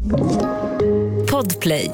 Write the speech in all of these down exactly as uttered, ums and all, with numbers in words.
Podplay.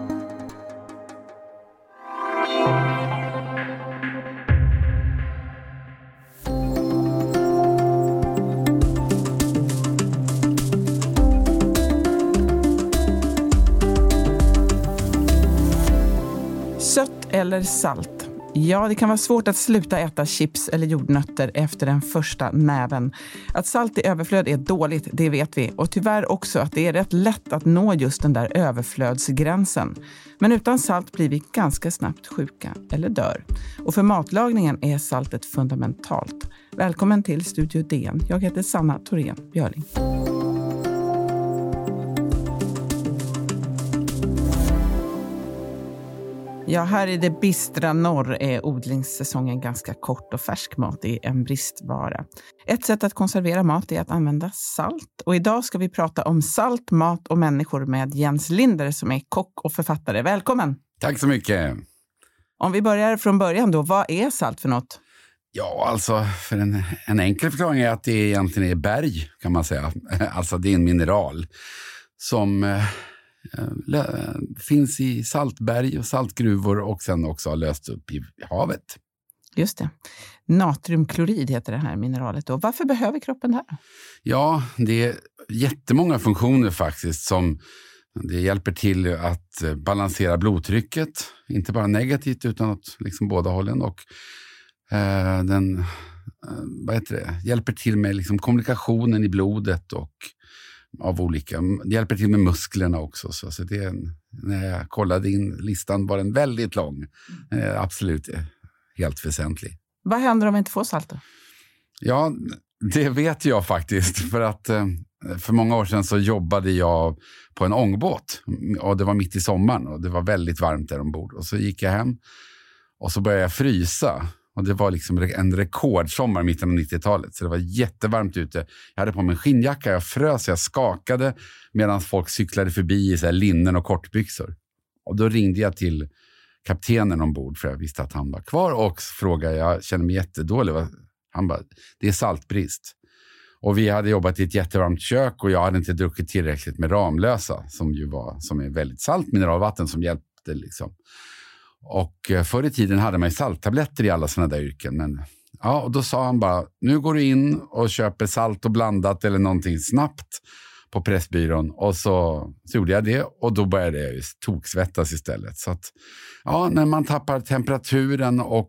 Sött eller salt? Ja, det kan vara svårt att sluta äta chips eller jordnötter efter den första näven. Att salt i överflöd är dåligt, det vet vi. Och tyvärr också att det är rätt lätt att nå just den där överflödsgränsen. Men utan salt blir vi ganska snabbt sjuka eller dör. Och för matlagningen är saltet fundamentalt. Välkommen till Studio D N. Jag heter Sanna Thorén Björling. Ja, här i det bistra norr är odlingssäsongen ganska kort och färskmat är en bristvara. Ett sätt att konservera mat är att använda salt. Och idag ska vi prata om salt, mat och människor med Jens Linder som är kock och författare. Välkommen! Tack så mycket! Om vi börjar från början då, vad är salt för något? Ja, alltså för en, en enkel förklaring är att det egentligen är berg kan man säga. Alltså det är en mineral som... Eh, finns i saltberg och saltgruvor och sen också har löst upp i havet. Just det. Natriumklorid heter det här mineralet då. Varför behöver kroppen det här? Ja, det är jättemånga funktioner faktiskt som det hjälper till att balansera blodtrycket. Inte bara negativt utan åt liksom båda hållen och eh, den eh, vad heter det? Hjälper till med liksom kommunikationen i blodet och av olika, det hjälper till med musklerna också så, så det är en, när jag kollade in listan var den väldigt lång, eh, absolut helt väsentlig. Vad händer om vi inte får salt då? Ja, det vet jag faktiskt för att eh, för många år sedan så jobbade jag på en ångbåt och det var mitt i sommaren och det var väldigt varmt där ombord och så gick jag hem och så började jag frysa. Och det var liksom en rekordsommar i mitten av nittiotalet. Så det var jättevarmt ute. Jag hade på mig en skinnjacka, jag frös, jag skakade. Medan folk cyklade förbi i så här linnen och kortbyxor. Och då ringde jag till kaptenen ombord. För jag visste att han var kvar. Och frågade, jag kände mig jättedålig. Han bara, det är saltbrist. Och vi hade jobbat i ett jättevarmt kök. Och jag hade inte druckit tillräckligt med Ramlösa. Som ju var, som är väldigt salt mineralvatten som hjälpte liksom. Och förr i tiden hade man ju salttabletter i alla sådana där yrken. Men, ja, och då sa han bara, nu går du in och köper salt och blandat eller någonting snabbt på Pressbyrån. Och så, så gjorde jag det och då började jag just toksvettas istället. Så att, ja, när man tappar temperaturen och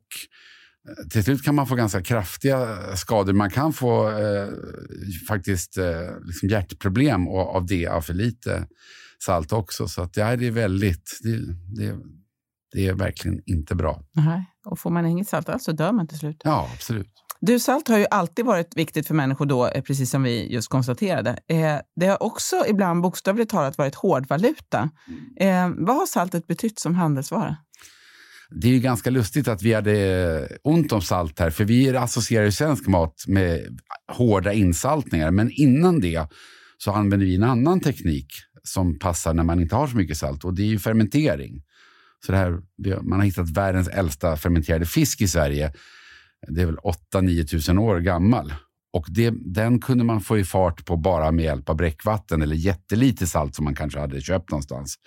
till slut kan man få ganska kraftiga skador. Man kan få eh, faktiskt eh, liksom hjärtproblem och, av det, av för lite salt också. Så att det här är väldigt... Det, det, Det är verkligen inte bra. Nej. Och får man inget salt så dör man till slut. Ja, absolut. Du, salt har ju alltid varit viktigt för människor då, precis som vi just konstaterade. Eh, det har också ibland bokstavligt talat varit hårdvaluta. Eh, vad har saltet betytt som handelsvara? Det är ju ganska lustigt att vi hade ont om salt här. För vi associerar ju svensk mat med hårda insaltningar. Men innan det så använder vi en annan teknik som passar när man inte har så mycket salt. Och det är ju fermentering. Så det här, man har hittat världens äldsta fermenterade fisk i Sverige. Det är väl åtta till nio tusen år gammal. Och det, den kunde man få i fart på bara med hjälp av bräckvatten eller jättelite salt som man kanske hade köpt någonstans.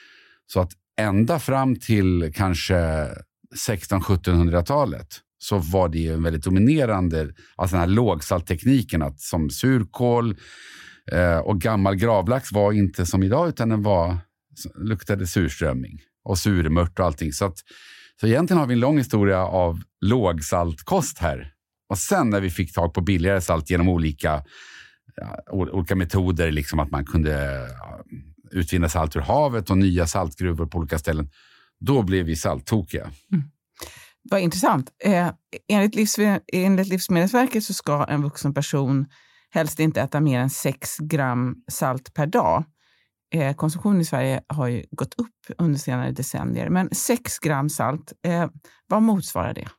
Så att ända fram till kanske sexton-sjuttonhundratalet så var det en väldigt dominerande, alltså den här lågsalttekniken att som surkål eh, och gammal gravlax var inte som idag utan den var, luktade surströmming. Och surmört och allting. Så, att, så egentligen har vi en lång historia av lågsaltkost här. Och sen när vi fick tag på billigare salt genom olika, ja, olika metoder. Liksom att man kunde ja, utvinna salt ur havet och nya saltgruvor på olika ställen. Då blev vi salttokiga. Mm. Vad intressant. Eh, enligt, livs, enligt Livsmedelsverket så ska en vuxen person helst inte äta mer än sex gram salt per dag. Eh, konsumtionen i Sverige har ju gått upp under senare decennier. Men sex gram salt, eh, vad motsvarar det?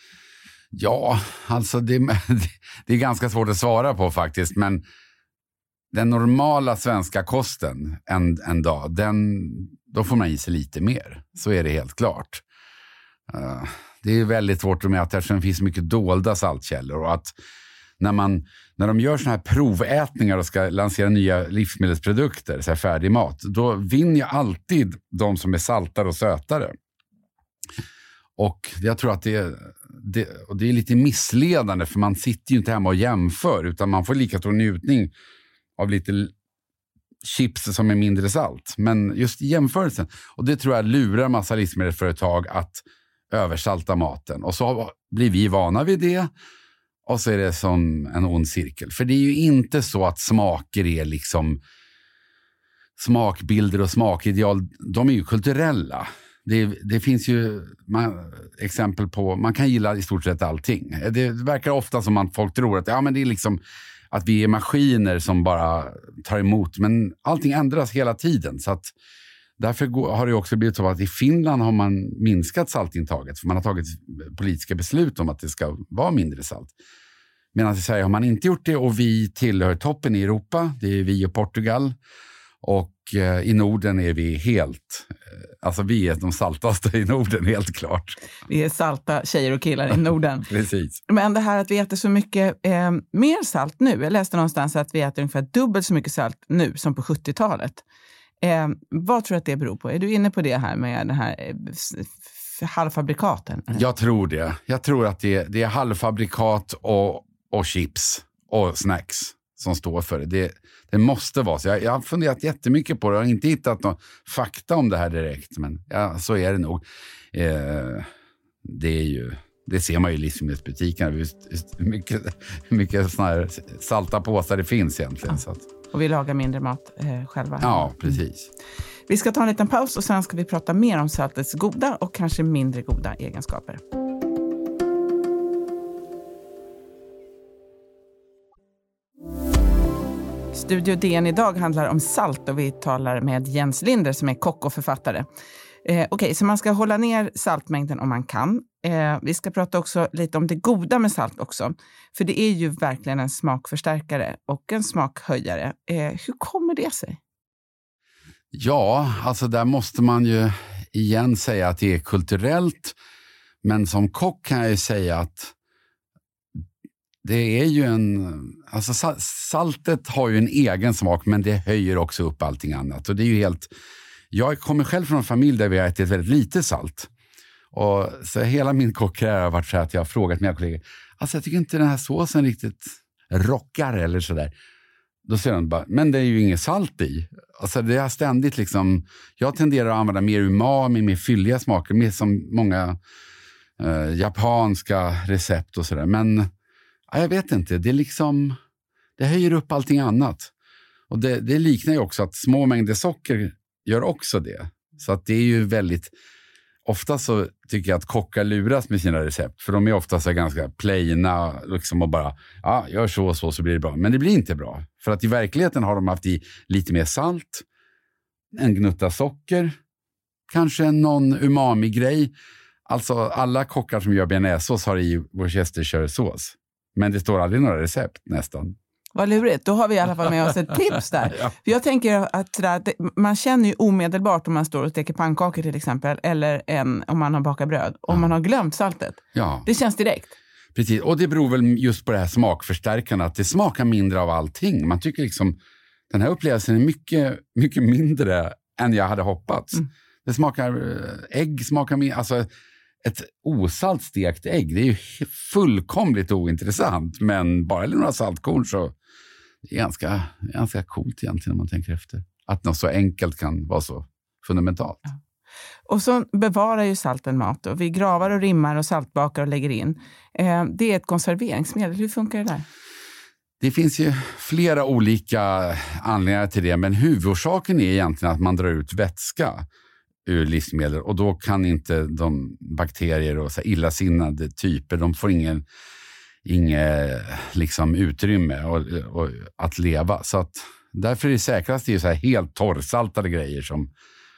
Ja, alltså det, det är ganska svårt att svara på faktiskt. Men den normala svenska kosten en, en dag, den, då får man i sig lite mer. Så är det helt klart. Uh, det är väldigt svårt att mäta eftersom det finns mycket dolda saltkällor. Och att när, man, när de gör såna här provätningar och ska lansera nya livsmedelsprodukter, så här färdig mat, då vinner ju alltid de som är saltare och sötare. Och jag tror att det är, det, och det är lite missledande, för man sitter ju inte hemma och jämför, utan man får lika stor njutning av lite chips som är mindre salt. Men just jämförelsen, och det tror jag lurar massa livsmedelsföretag att översalta maten. Och så blir vi vana vid det, och så är det som en ond cirkel. För det är ju inte så att smaker är liksom smakbilder och smakideal, de är ju kulturella. Det, det finns ju man, exempel på, man kan gilla i stort sett allting. Det verkar ofta som att folk tror att ja, men det är liksom att vi är maskiner som bara tar emot. Men allting ändras hela tiden. Så att därför går, har det också blivit så att i Finland har man minskat saltintaget. För man har tagit politiska beslut om att det ska vara mindre salt. Medan i Sverige har man inte gjort det, och vi tillhör toppen i Europa. Det är vi och Portugal. Och eh, i Norden är vi helt, eh, alltså vi är de saltaste i Norden, helt klart. Vi är salta tjejer och killar i Norden. Precis. Men det här att vi äter så mycket eh, mer salt nu. Jag läste någonstans att vi äter ungefär dubbelt så mycket salt nu som på sjuttiotalet. Eh, vad tror du att det beror på? Är du inne på det här med den här eh, halvfabrikaten? Jag tror det. Jag tror att det, det är halvfabrikat och, och chips och snacks som står för det. Det, det måste vara så. Jag, jag har funderat jättemycket på det. Jag har inte hittat någon fakta om det här direkt. Men ja, så är det nog. Eh, det är ju... Det ser man ju i livsmedelsbutikerna. Hur mycket, mycket såna här salta påsar det finns egentligen. Ja. Så att... Och vi lagar mindre mat eh, själva. Ja, precis. Mm. Vi ska ta en liten paus och sen ska vi prata mer om saltets goda och kanske mindre goda egenskaper. Studio D N idag handlar om salt och vi talar med Jens Linder som är kock och författare. Eh, Okej, okay, så man ska hålla ner saltmängden om man kan. Eh, vi ska prata också lite om det goda med salt också. För det är ju verkligen en smakförstärkare och en smakhöjare. Eh, hur kommer det sig? Ja, alltså där måste man ju igen säga att det är kulturellt. Men som kock kan jag ju säga att det är ju en... Alltså saltet har ju en egen smak, men det höjer också upp allting annat. Och det är ju helt... Jag kommer själv från en familj där vi har ätit väldigt lite salt. Och så hela min kockkarriär har varit så att jag har frågat mina kollegor, alltså jag tycker inte den här såsen riktigt rockar eller sådär. Då säger de bara, men det är ju inget salt i. Alltså det är ständigt liksom, jag tenderar att använda mer umami, mer fylliga smaker, mer som många eh, japanska recept och sådär. Men ja, jag vet inte, det är liksom, det höjer upp allting annat. Och det, det liknar ju också att små mängder socker gör också det. Så att det är ju väldigt... Ofta så tycker jag att kockar luras med sina recept. För de är ofta så ganska plaina liksom, och bara, ja, gör så och så så blir det bra. Men det blir inte bra. För att i verkligheten har de haft i lite mer salt, en gnutta socker, kanske någon umami-grej. Alltså alla kockar som gör bearnaisesås har i worcestershiresås. Men det står aldrig några recept nästan. Vad lurigt, då har vi i alla fall med oss ett tips där. Ja. För jag tänker att det, man känner ju omedelbart om man står och steker pannkakor till exempel, eller en, om man har bakat bröd, om ja. man har glömt saltet. Ja. Det känns direkt. Precis, och det beror väl just på det här smakförstärkarna, att det smakar mindre av allting. Man tycker liksom, den här upplevelsen är mycket, mycket mindre än jag hade hoppats. Mm. Det smakar, ägg smakar mer, alltså ett osalt stekt ägg, det är ju fullkomligt ointressant, men bara några saltkorn så det är ganska, ganska coolt egentligen när man tänker efter. Att något så enkelt kan vara så fundamentalt. Ja. Och så bevarar ju salten mat. Och vi gravar och rimmar och saltbakar och lägger in. Eh, det är ett konserveringsmedel. Hur funkar det där? Det finns ju flera olika anledningar till det. Men huvudorsaken är egentligen att man drar ut vätska ur livsmedel. Och då kan inte de bakterier och så illasinnade typer, de får ingen... inget liksom utrymme och, och att leva. Så att därför är det säkrast ju så här helt torrsaltade grejer som,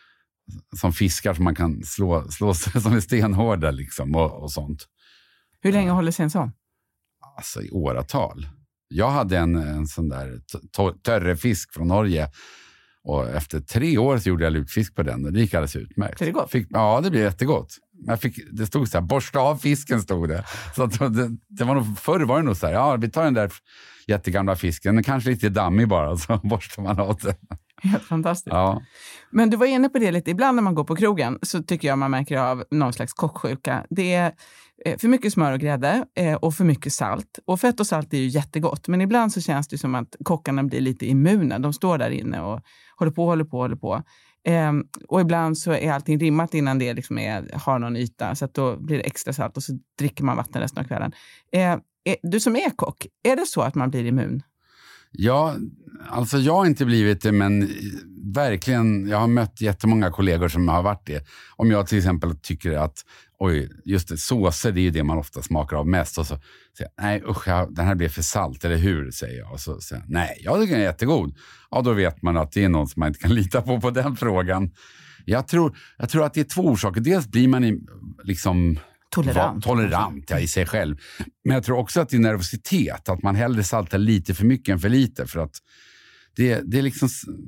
som fiskar som man kan slå, slå som är stenhårda liksom och, och sånt. Hur länge håller sig en sån? Alltså i åratal. Jag hade en, en sån där törrefisk från Norge Och efter tre år så gjorde jag lutfisk på den och det gick alldeles utmärkt. Är det gott? Fick, ja, det blev jättegott. Jag fick, det stod så här, borsta av fisken stod det. Så att det, det var nog, förr var det nog så här, ja vi tar den där jättegamla fisken, den kanske lite dammig bara, så borstar man av den. Helt fantastiskt. Ja. Men du var inne på det lite, ibland när man går på krogen så tycker jag man märker av någon slags kocksjuka. Det är för mycket smör och grädde och för mycket salt. Och fett och salt är ju jättegott, men ibland så känns det som att kockarna blir lite immuna. De står där inne och håller på, håller på, håller på. Um, och ibland så är allting rimmat innan det liksom är, har någon yta, så att då blir det extra salt och så dricker man vatten resten av kvällen. Uh, är, du som är kock, är det så att man blir immun? Ja, alltså jag har inte blivit det, men verkligen, jag har mött jättemånga kollegor som har varit det. Om jag till exempel tycker att, oj, just det, såser, det är ju det man ofta smakar av mest. Och så säger jag, nej usch, jag, den här blir för salt, eller hur, säger jag. Och så säger jag, nej, jag tycker den är jättegod. Ja, då vet man att det är någon som man inte kan lita på på den frågan. Jag tror, jag tror att det är två orsaker. Dels blir man i, liksom... Tolerant. Tolerant, ja, i sig själv. Men jag tror också att det är nervositet. Att man hellre saltar lite för mycket än för lite. För att det, det är liksom...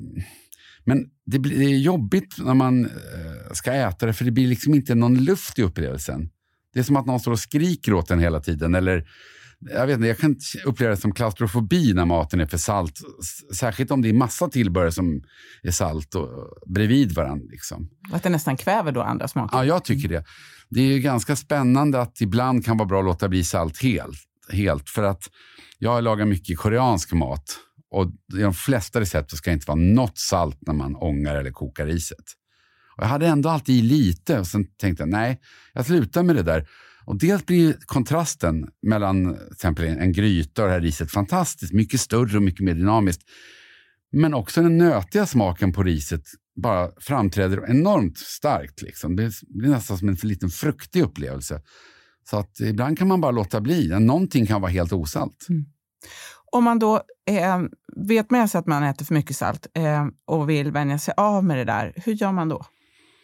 Men det, blir, det är jobbigt när man äh, ska äta det. För det blir liksom inte någon luft i upplevelsen. Det är som att någon står och skriker åt den hela tiden. Eller, jag vet inte, jag kan uppleva det som klaustrofobi när maten är för salt. Särskilt om det är massa tillbehör som är salt och bredvid varandra. Liksom. Att det nästan kväver då andra smaker. Ja, jag tycker det. Det är ju ganska spännande att ibland kan vara bra att låta bli salt helt. helt för att jag lagar mycket koreansk mat. Och i de flesta recept så ska det inte vara något salt när man ångar eller kokar riset. Och jag hade ändå alltid i lite och sen tänkte jag, nej, jag slutar med det där. Och dels blir kontrasten mellan till exempel en gryta och det här riset fantastiskt. Mycket större och mycket mer dynamiskt. Men också den nötiga smaken på riset bara framträder enormt starkt. Liksom. Det blir nästan som en liten fruktig upplevelse. Så att ibland kan man bara låta bli. Någonting kan vara helt osalt. Mm. Om man då eh, vet med sig att man äter för mycket salt eh, och vill vänja sig av med det där, hur gör man då?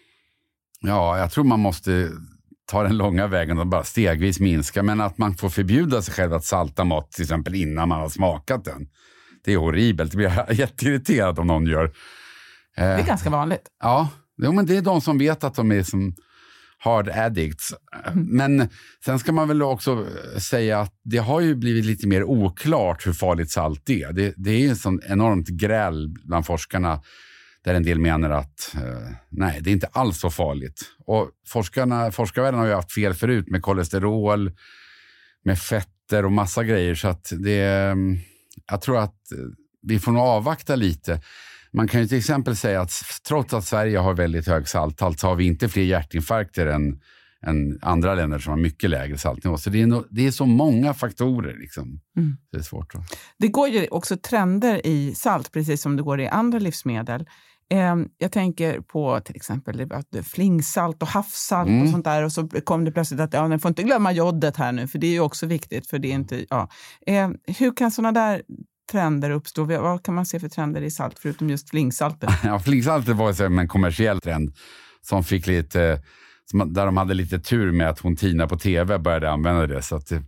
Ja, jag tror man måste ta den långa vägen och bara stegvis minska. Men att man får förbjuda sig själv att salta mat till exempel innan man har smakat den. Det är horribelt. Det blir jätteirriterad om någon gör. Eh, det är ganska vanligt. Ja, jo, men det är de som vet att de är som hard addicts. Mm. Men sen ska man väl också säga att det har ju blivit lite mer oklart hur farligt salt är. Det, det är ju en sån enormt gräl bland forskarna där en del menar att eh, nej, det är inte alls så farligt. Och forskarna, forskarvärlden har ju haft fel förut med kolesterol, med fetter och massa grejer. Så att det, jag tror att vi får nog avvakta lite. Man kan ju till exempel säga att trots att Sverige har väldigt hög salthalt så har vi inte fler hjärtinfarkter än, än andra länder som har mycket lägre saltnivå. Så det är, no, det är så många faktorer. Liksom. Mm. Det är svårt. Då. Det går ju också trender i salt, precis som det går i andra livsmedel. Eh, jag tänker på till exempel att flingsalt och havssalt mm. och sånt där. Och så kom det plötsligt att ja, man får inte glömma jodet här nu, för det är ju också viktigt. För det är inte, ja. eh, hur kan såna där trender uppstår? Vad kan man se för trender i salt förutom just flingsalten? Ja, flingsaltet var som en kommersiell trend som fick lite, som, där de hade lite tur med att hon Tina på tv började använda det. Så att, eh,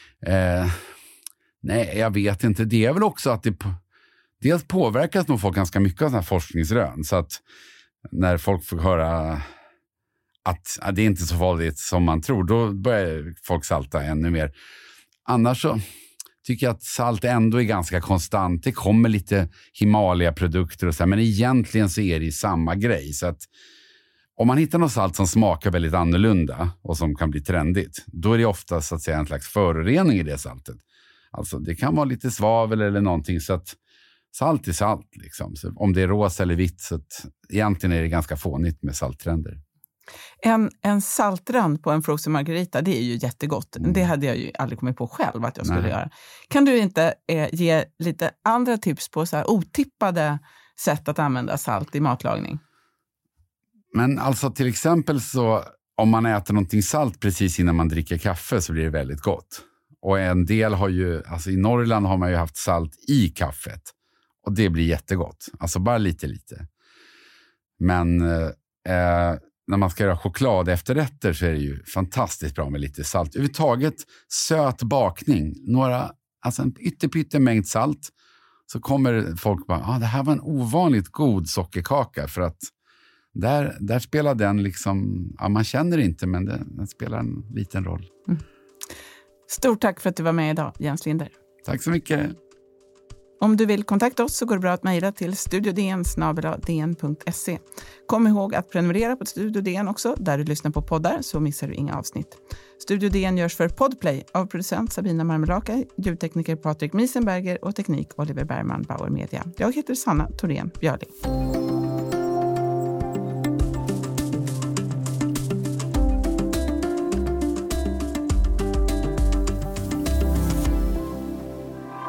nej, jag vet inte. Det är väl också att det dels påverkas nog folk ganska mycket av sådana här forskningsrön. Så att när folk får höra att, att det är inte så farligt som man tror, då börjar folk salta ännu mer. Annars så tycker jag att salt ändå är ganska konstant. Det kommer lite Himalaya-produkter och så här, men egentligen så är det samma grej. Så att om man hittar något salt som smakar väldigt annorlunda och som kan bli trendigt, då är det ofta så att säga en slags förorening i det saltet. Alltså det kan vara lite svavel eller någonting, så att salt är salt liksom. Så om det är rosa eller vitt, så att egentligen är det ganska fånigt med salttrender. En, en saltrand på en frozen margarita, det är ju jättegott. Mm. Det hade jag ju aldrig kommit på själv att jag skulle Nej. göra. Kan du inte eh, ge lite andra tips på så här otippade sätt att använda salt i matlagning? Men alltså till exempel så om man äter någonting salt precis innan man dricker kaffe så blir det väldigt gott. Och en del har ju, alltså i Norrland har man ju haft salt i kaffet. Och det blir jättegott. Alltså bara lite lite. Men eh, när man ska göra choklad efterrätter så är det ju fantastiskt bra med lite salt. Överhuvudtaget söt bakning. Några, alltså en ytterpytte mängd salt. så kommer folk bara, ah, det här var en ovanligt god sockerkaka, för att där, där spelar den liksom, ja, man känner inte, men det, den spelar en liten roll. Mm. Stort tack för att du var med idag, Jens Linder. Tack så mycket. Om du vill kontakta oss så går det bra att mejla till studiodn snabel-a d n punkt se. Kom ihåg att prenumerera på Studio D N också, där du lyssnar på poddar, så missar du inga avsnitt. Studio D N görs för Podplay av producent Sabina Marmelaka, ljudtekniker Patrik Miesenberger och teknik Oliver Bergman, Bauer Media. Jag heter Sanna Thorén Björling.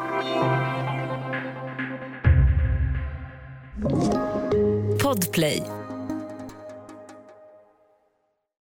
Podplay.